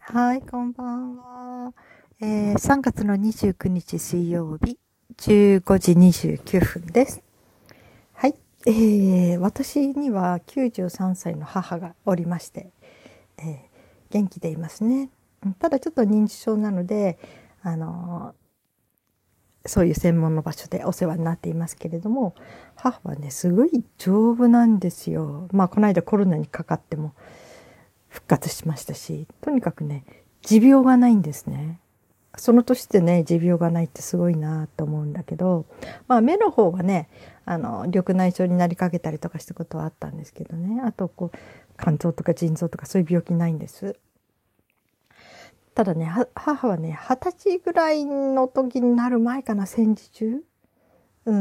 はい、こんばんは。3月の29日水曜日、15時29分です。はい、私には93歳の母がおりまして、元気でいますね。ただちょっと認知症なので、あのそういう専門の場所でお世話になっていますけれども、母はね、すごい丈夫なんですよ。この間コロナにかかっても復活しましたし、とにかくね、持病がないんですね。その年でね、持病がないってすごいなと思うんだけど、目の方はね、緑内障になりかけたりとかしたことはあったんですけどね、あと肝臓とか腎臓とかそういう病気ないんです。ただね、母はね、20歳ぐらいの時になる前かな、戦時中。うん。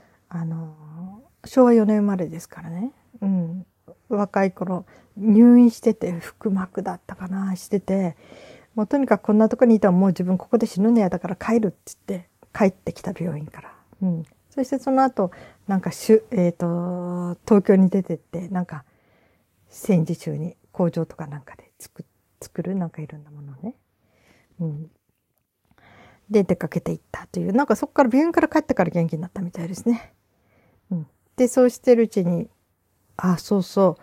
昭和4年生まれですからね。うん。若い頃、入院してて、腹膜だったかな、してて、もうとにかくこんなとこにいたらもう自分ここで死ぬのやだから帰るって言って帰ってきた病院から。うん。そしてその後、なんか東京に出てって、なんか戦時中に工場とかなんかで作るなんかいろんなものをね。うん。で、出かけていったという、なんかそこから病院から帰ってから元気になったみたいですね。うん。で、そうしてるうちに、そうそう、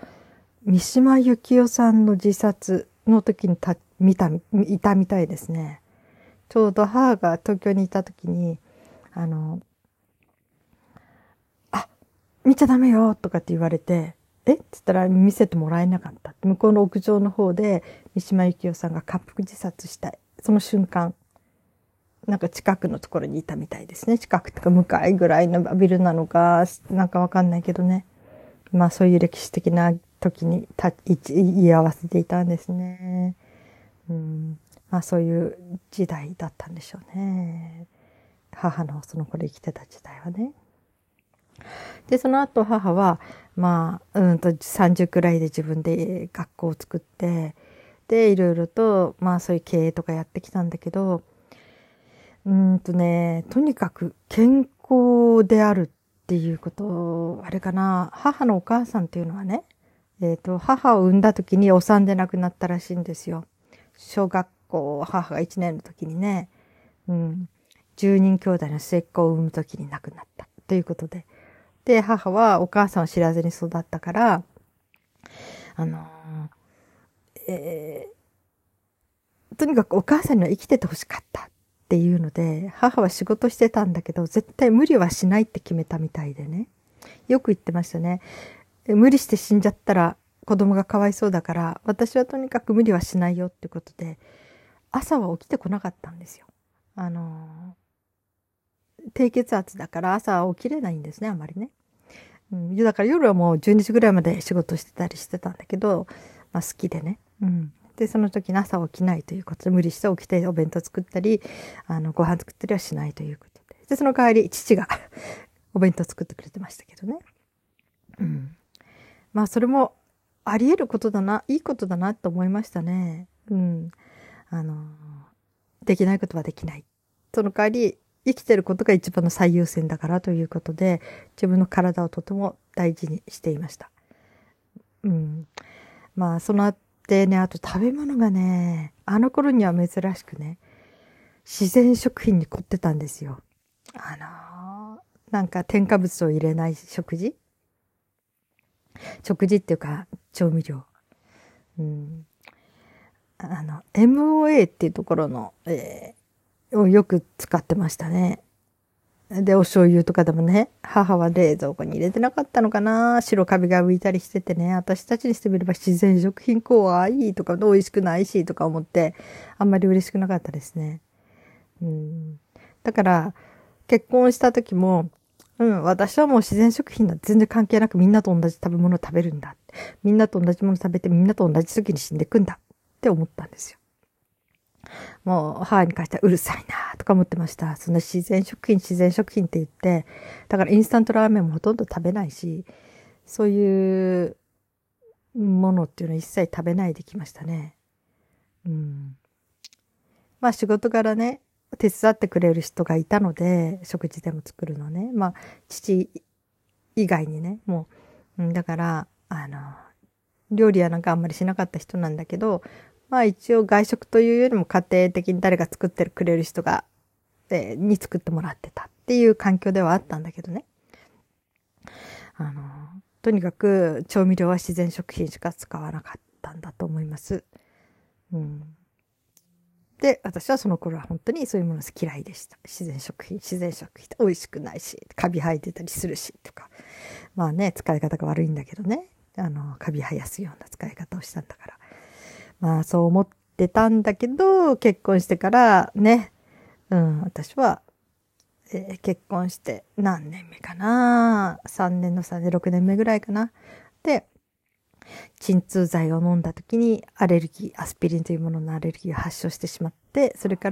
三島由紀夫さんの自殺の時にいたみたいですね。ちょうど母が東京にいた時に、あの、見ちゃダメよとかって言われて、えって言ったら見せてもらえなかった。向こうの屋上の方で三島由紀夫さんが滑腹自殺したい。その瞬間、なんか近くのところにいたみたいですね。近くとか向かいぐらいのビルなのか、なんかわかんないけどね。そういう歴史的な時に居合わせていたんですね。うん。そういう時代だったんでしょうね。母のその頃生きてた時代はね。で、その後母は、30くらいで自分で学校を作って、で、いろいろと、そういう経営とかやってきたんだけど、とにかく健康であるっていうこと、あれかな、母のお母さんっていうのはね、母を産んだ時にお産で亡くなったらしいんですよ。小学校、母が1年の時にね、うん、10人兄弟の末っ子を産む時に亡くなったということで。で、母はお母さんを知らずに育ったから、あのとにかくお母さんには生きててほしかったっていうので、母は仕事してたんだけど、絶対無理はしないって決めたみたいでね。よく言ってましたね。無理して死んじゃったら子供がかわいそうだから、私はとにかく無理はしないよってことで、朝は起きてこなかったんですよ。低血圧だから朝は起きれないんですね、あまりね。だから夜はもう12時ぐらいまで仕事してたりしてたんだけど、好きでね。で、その時に朝起きないということで、無理して起きてお弁当作ったり、ご飯作ったりはしないということで。で、その代わり父がお弁当作ってくれてましたけどね。それもあり得ることだな、いいことだなと思いましたね。できないことはできない。その代わり、生きてることが一番の最優先だからということで、自分の体をとても大事にしていました。そのあってね、あと食べ物がね、あの頃には珍しくね、自然食品に凝ってたんですよ。なんか添加物を入れない食事っていうか調味料。MOA っていうところの、をよく使ってましたね。で、お醤油とかでもね、母は冷蔵庫に入れてなかったのかな、白カビが浮いたりしててね、私たちにしてみれば自然食品怖いとか、美味しくないしとか思って、あんまり嬉しくなかったですね。だから、結婚した時も、私はもう自然食品なんて全然関係なくみんなと同じ食べ物を食べるんだ。みんなと同じもの食べてみんなと同じ時に死んでいくんだって思ったんですよ。もう母に関してはうるさいなとか思ってました。その自然食品って言って、だからインスタントラーメンもほとんど食べないし、そういうものっていうのは一切食べないできましたね。仕事柄ね、手伝ってくれる人がいたので、食事でも作るのね。父以外にね、もう、だから、料理はなんかあんまりしなかった人なんだけど、 まあ一応外食というよりも家庭的に誰が作ってくれる人が、に作ってもらってたっていう環境ではあったんだけどね。とにかく調味料は自然食品しか使わなかったんだと思います。うん。で、私はその頃は本当にそういうもの嫌いでした。自然食品って美味しくないし、カビ生えてたりするし、とか。まあね、使い方が悪いんだけどね。カビ生やすような使い方をしたんだから。まあそう思ってたんだけど、結婚してからね、私は、結婚して何年目かな ?3 年の差で6年目ぐらいかな。で、鎮痛剤を飲んだ時にアレルギー、アスピリンというもののアレルギーを発症してしまって、それから、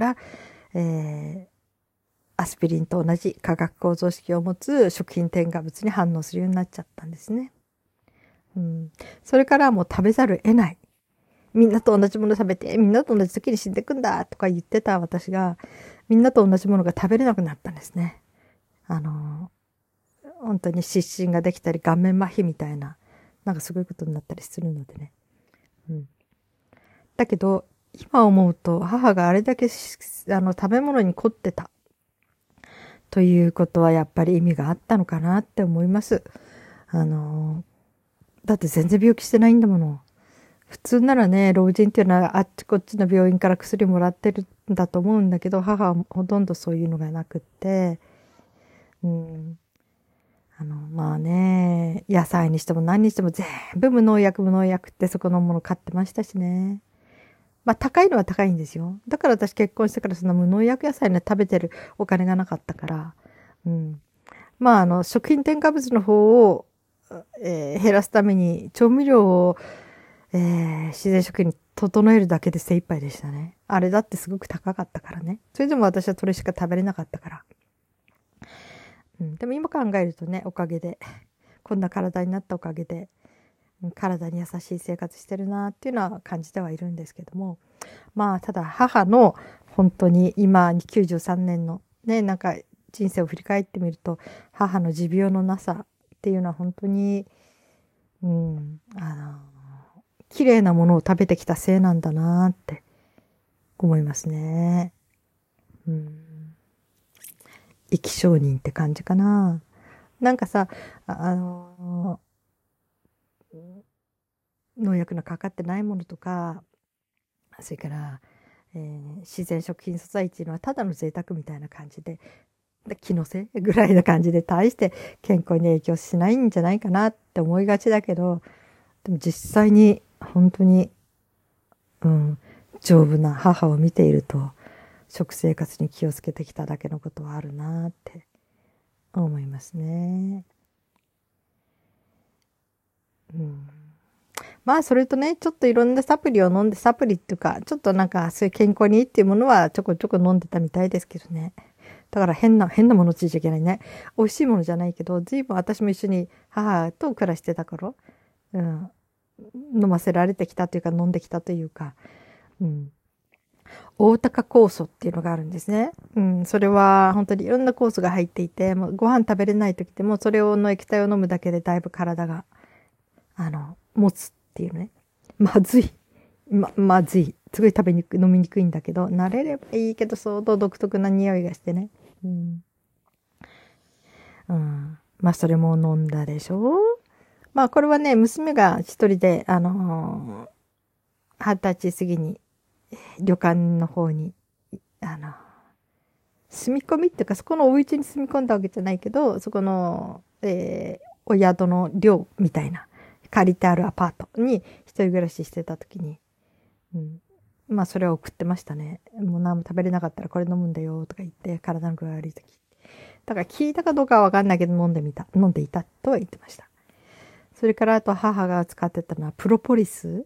アスピリンと同じ化学構造式を持つ食品添加物に反応するようになっちゃったんですね。それからもう食べざるを得ない。みんなと同じもの食べて、みんなと同じ時に死んでくんだとか言ってた私が、みんなと同じものが食べれなくなったんですね。本当に失神ができたり、顔面麻痺みたいな、なんかすごいことになったりするのでね。だけど、今思うと、母があれだけ食べ物に凝ってた。ということはやっぱり意味があったのかなって思います。だって全然病気してないんだもの。普通ならね、老人っていうのはあっちこっちの病院から薬もらってるんだと思うんだけど、母はほとんどそういうのがなくって、まあね、野菜にしても何にしても全部無農薬ってそこのもの買ってましたしね。まあ高いのは高いんですよ。だから私結婚してからそんな無農薬野菜ね食べてるお金がなかったから。まあ食品添加物の方を、減らすために調味料を、自然食品に整えるだけで精一杯でしたね。あれだってすごく高かったからね。それでも私はそれしか食べれなかったから。でも今考えるとね、おかげで、こんな体になったおかげで、体に優しい生活してるなっていうのは感じてはいるんですけども、まあただ母の本当に今93年のね、なんか人生を振り返ってみると、母の持病のなさっていうのは本当に、綺麗なものを食べてきたせいなんだなって思いますね。生き証人って感じかな。なんかさ、農薬のかかってないものとか、それから、自然食品素材っていうのはただの贅沢みたいな感じで、気のせいぐらいな感じで大して健康に影響しないんじゃないかなって思いがちだけど、でも実際に本当に、丈夫な母を見ていると、食生活に気をつけてきただけのことはあるなって思いますね。まあそれとね、ちょっといろんなサプリを飲んで、サプリっていうか、ちょっとなんかそういう健康にいいっていうものはちょこちょこ飲んでたみたいですけどね。だから変なものついちゃいけないね。美味しいものじゃないけど、随分私も一緒に母と暮らしてた頃、飲ませられてきたというか、飲んできたというか、大高酵素っていうのがあるんですね。それは本当にいろんな酵素が入っていて、もうご飯食べれない時でもそれの液体を飲むだけでだいぶ体が、持つっていうね。まずい。まずい。すごい飲みにくいんだけど、慣れればいいけど相当独特な匂いがしてね。まあそれも飲んだでしょ。まあこれはね、娘が一人で、20歳過ぎに旅館の方に、住み込みっていうか、そこのお家に住み込んだわけじゃないけど、そこの、お宿の寮みたいな、借りてあるアパートに一人暮らししてた時に、まあそれを送ってましたね。もう何も食べれなかったらこれ飲むんだよとか言って、体の具合悪い時。だから聞いたかどうかはわかんないけど飲んでいたとは言ってました。それからあと母が使ってたのはプロポリス。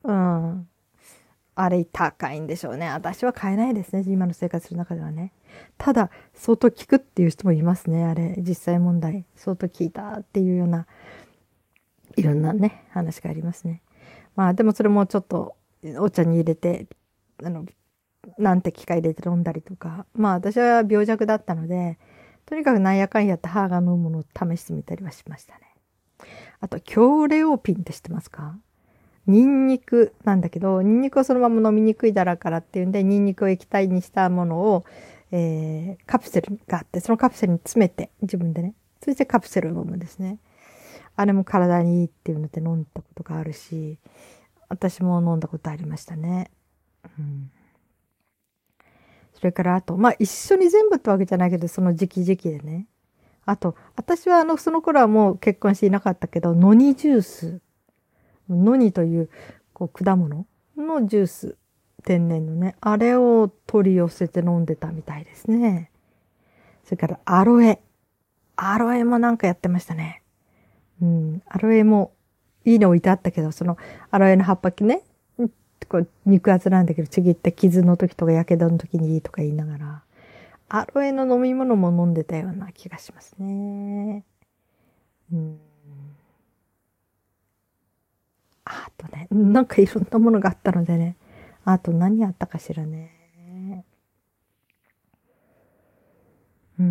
あれ高いんでしょうね。私は買えないですね。今の生活の中ではね。ただ、相当効くっていう人もいますね。あれ、実際問題。相当効いたっていうような、いろんなね、話がありますね。まあ、でもそれもちょっと、お茶に入れて、何滴か入れて飲んだりとか。まあ、私は病弱だったので、とにかくなんやかんやって母が飲むものを試してみたりはしましたね。あと、強レオピンって知ってますか？ ニンニクなんだけど、ニンニクをそのまま飲みにくいだろうからっていうんで、ニンニクを液体にしたものを、カプセルがあって、そのカプセルに詰めて、自分でね。そしてカプセルを飲むんですね。あれも体にいいっていうので飲んだことがあるし、私も飲んだことありましたね。うん、それからあと、まあ一緒に全部ってわけじゃないけど、その時期でね。あと、私はその頃はもう結婚していなかったけど、ノニジュース。ノニという、果物のジュース。天然のね。あれを取り寄せて飲んでたみたいですね。それからアロエ。アロエもなんかやってましたね。うん。アロエもいいの置いてあったけど、そのアロエの葉っぱね、肉厚なんだけど、ちぎって傷の時とか火傷の時にいいとか言いながら、アロエの飲み物も飲んでたような気がしますね。うん。あとね、なんかいろんなものがあったのでね。あと何あったかしらね。うん。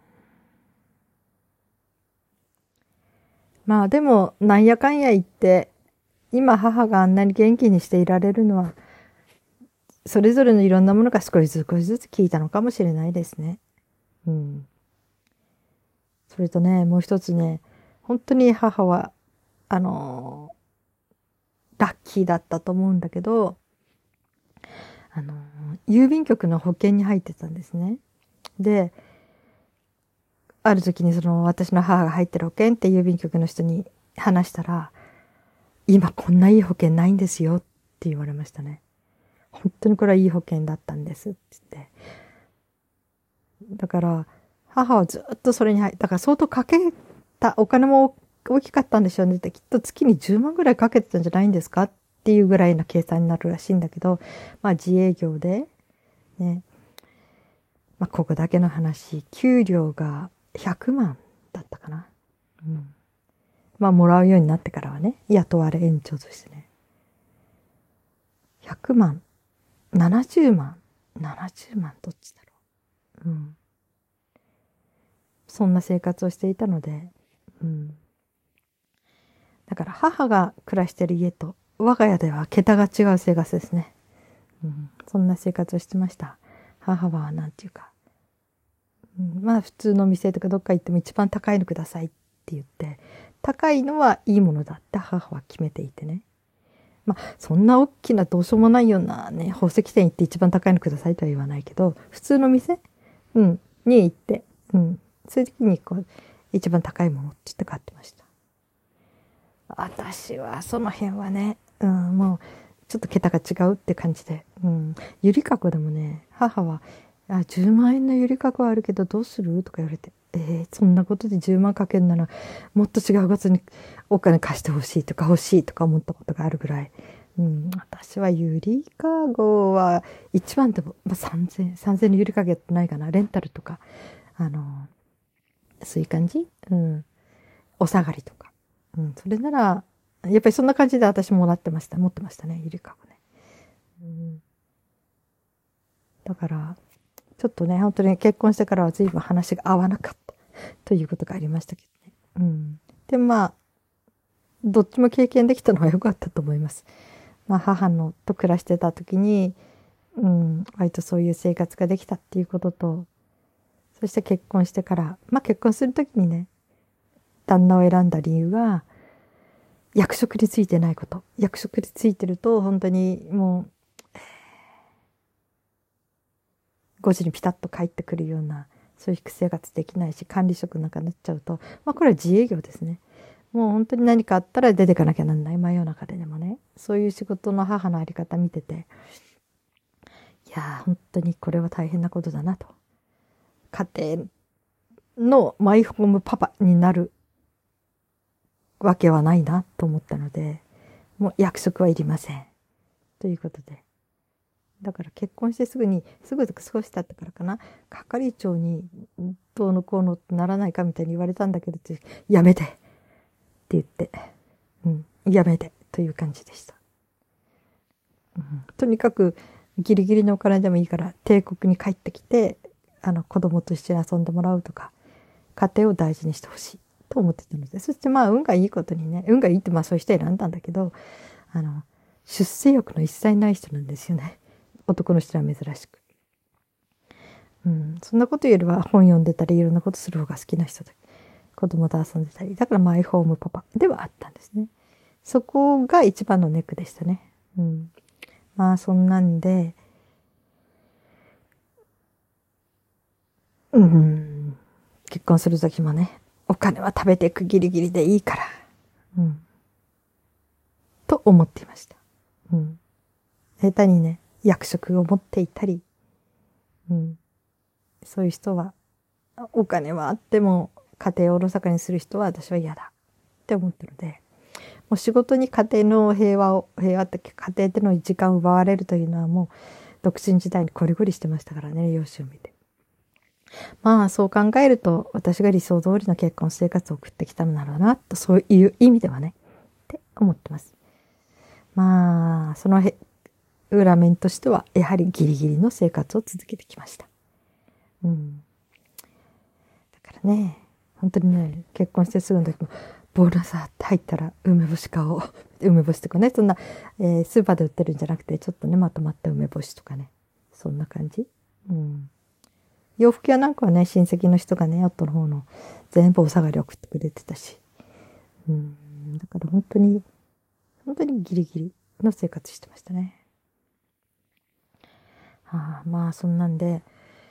まあでも、なんやかんや言って、今母があんなに元気にしていられるのは、それぞれのいろんなものが少しずつ効いたのかもしれないですね。うん。それとね、もう一つね、本当に母は、あのラッキーだったと思うんだけど、あの郵便局の保険に入ってたんですね。で、ある時にその私の母が入ってる保険って郵便局の人に話したら、今こんないい保険ないんですよって言われましたね。本当にこれはいい保険だったんですって言って。だから、母はずっとそれに入って、だから相当かけた、お金も大きかったんでしょうねって、きっと月に10万ぐらいかけてたんじゃないんですかっていうぐらいな計算になるらしいんだけど、まあ自営業で、ね、まあここだけの話、給料が100万だったかな。うん。まあもらうようになってからはね、雇われ延長としてね。100万、70万、70万どっちだろう。うん。そんな生活をしていたので、うん。だから母が暮らしてる家と我が家では桁が違う生活ですね。うん。そんな生活をしてました。母はなんていうか、うん、まあ普通の店とかどっか行っても一番高いのくださいって言って、高いのはいいものだって母は決めていてね。まあそんな大きなどうしようもないようなね、宝石店行って一番高いのくださいとは言わないけど、普通の店、うん、に行って、うん、そういう時に一番高いものって言って買ってました。私はその辺はね、うん、もうちょっと桁が違うって感じで、うん、ゆりかごでもね、母は、10万円のゆりかごあるけどどうするとか言われて、そんなことで10万かけるなら、もっと違うことにお金貸してほしいとか欲しいとか思ったことがあるぐらい、うん、私はゆりかごは一番でも、まあ、3000円のゆりかごってないかな、レンタルとか、そういう感じ、うん、お下がりとか。うん、それなら、やっぱりそんな感じで私も持ってましたね、ゆりかごね。うん、だから、ちょっとね、本当に結婚してからは随分話が合わなかったということがありましたけどね。うん。で、まあ、どっちも経験できたのは良かったと思います。まあ、母のと暮らしてた時に、うん、割とそういう生活ができたっていうことと、そして結婚してから、まあ結婚する時にね、旦那を選んだ理由は、役職についてないこと。役職についてると、本当にもう、5時にピタッと帰ってくるような、そういう生活できないし、管理職なんかになっちゃうと、まあこれは自営業ですね。もう本当に何かあったら出てかなきゃなんない。真夜中ででもね。そういう仕事の母のあり方見てて、いやー、本当にこれは大変なことだなと。家庭のマイホームパパになるわけはないなと思ったので、もう約束はいりません。ということで。だから結婚してすぐ少し経ったからかな、係長にどうのこうのってならないかみたいに言われたんだけど、やめてって言って、うん、やめてという感じでした。うん、とにかくギリギリのお金でもいいから帝国に帰ってきて、子供と一緒に遊んでもらうとか、家庭を大事にしてほしいと思ってたので、そしてまあ運がいいことにね、運がいいってまあそういう人選んだんだけど、 出世欲の一切ない人なんですよね。男の人は珍しく。そんなことよりは本読んでたりいろんなことする方が好きな人で、子供と遊んでたり、だからマイホームパパではあったんですね。そこが一番のネックでしたね。まあそんなんで、結婚する時もね、お金は食べていくギリギリでいいから、と思っていました。下手にね、役職を持っていたり、そういう人は、お金はあっても家庭をおろそかにする人は私は嫌だって思ったので、もう仕事に家庭の平和って家庭での時間を奪われるというのはもう独身時代にコリコリしてましたからね、容姿を見て。まあそう考えると私が理想通りの結婚生活を送ってきたのだろうなと、そういう意味ではねって思ってます。まあその裏面としてはやはりギリギリの生活を続けてきました。だからね、本当にね、結婚してすぐの時もボーナスって入ったら梅干し買おう。梅干しとかね、そんな、スーパーで売ってるんじゃなくて、ちょっとね、まとまった梅干しとかね。そんな感じ。洋服屋なんかはね、親戚の人がね、夫の方の全部お下がり送ってくれてたし。だから本当にギリギリの生活してましたね。まあ、そんなんで、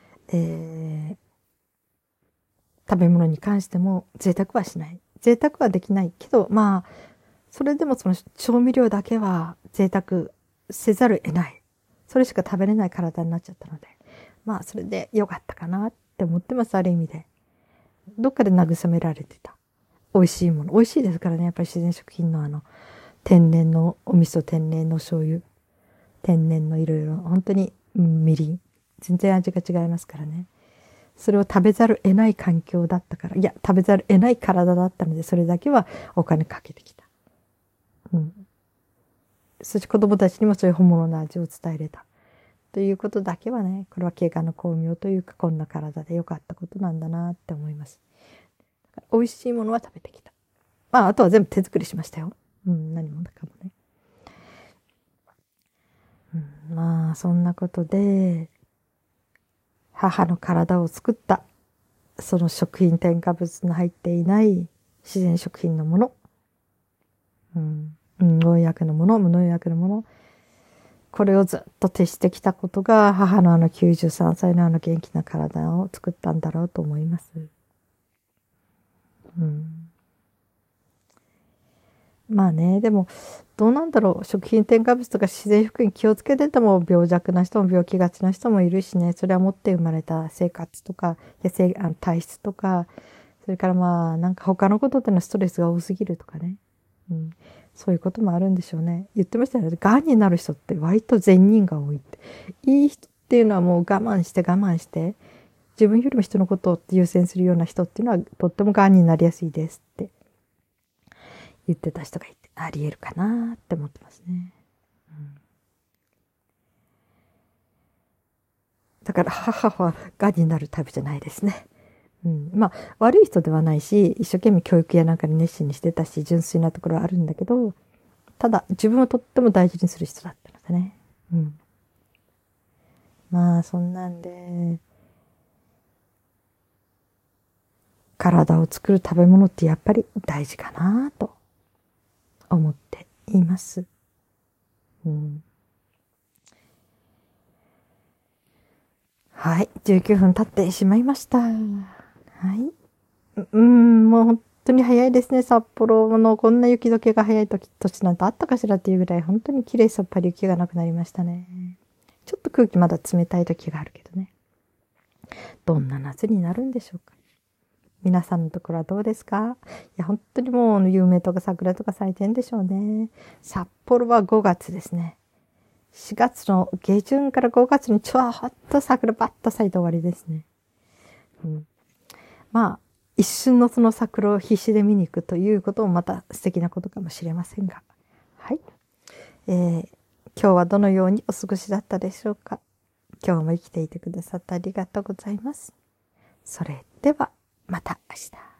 食べ物に関しても贅沢はしない。贅沢はできないけど、まあ、それでもその調味料だけは贅沢せざるを得ない。それしか食べれない体になっちゃったので、まあ、それで良かったかなって思ってます、ある意味で。どっかで慰められてた。美味しいもの。美味しいですからね、やっぱり自然食品の天然のお味噌、天然の醤油、天然のいろいろ、本当に、みりん。全然味が違いますからね。それを食べざるを得ない環境だったから、いや、食べざるを得ない体だったので、それだけはお金かけてきた。そして子供たちにもそういう本物の味を伝えれた。ということだけはね、これは怪我の巧妙というか、こんな体で良かったことなんだなって思います。美味しいものは食べてきた。まあ、あとは全部手作りしましたよ。何もだかもね。まあ、そんなことで、母の体を作った、その食品添加物の入っていない自然食品のもの、農薬のもの、無農薬のもの、これをずっと徹してきたことが母の93歳の元気な体を作ったんだろうと思います。まあね、でもどうなんだろう、食品添加物とか自然食品気をつけてても病弱な人も病気がちな人もいるしね、それは持って生まれた生活とか体質とか、それからまあなんか他のことでのストレスが多すぎるとかね、そういうこともあるんでしょうね。言ってましたよね。癌になる人って割と善人が多いって。いい人っていうのはもう我慢して、自分よりも人のことを優先するような人っていうのはとっても癌になりやすいですって言ってた人がいて、ありえるかなって思ってますね。だから母は癌になるタイプじゃないですね。まあ悪い人ではないし、一生懸命教育やなんかに熱心にしてたし、純粋なところはあるんだけど、ただ自分をとっても大事にする人だったのでね。まあそんなんで、体を作る食べ物ってやっぱり大事かなと思っています。はい、19分経ってしまいました。はい。もう本当に早いですね。札幌のこんな雪解けが早い年なんてあったかしらっていうぐらい、本当に綺麗さっぱり雪がなくなりましたね。ちょっと空気まだ冷たい時があるけどね。どんな夏になるんでしょうか。皆さんのところはどうですか？いや、本当にもう、有名とか桜とか咲いてんでしょうね。札幌は5月ですね。4月の下旬から5月にちょっと桜バッと咲いて終わりですね。まあ、一瞬のその桜を必死で見に行くということもまた素敵なことかもしれませんが。はい。今日はどのようにお過ごしだったでしょうか。今日も生きていてくださってありがとうございます。それでは、また明日。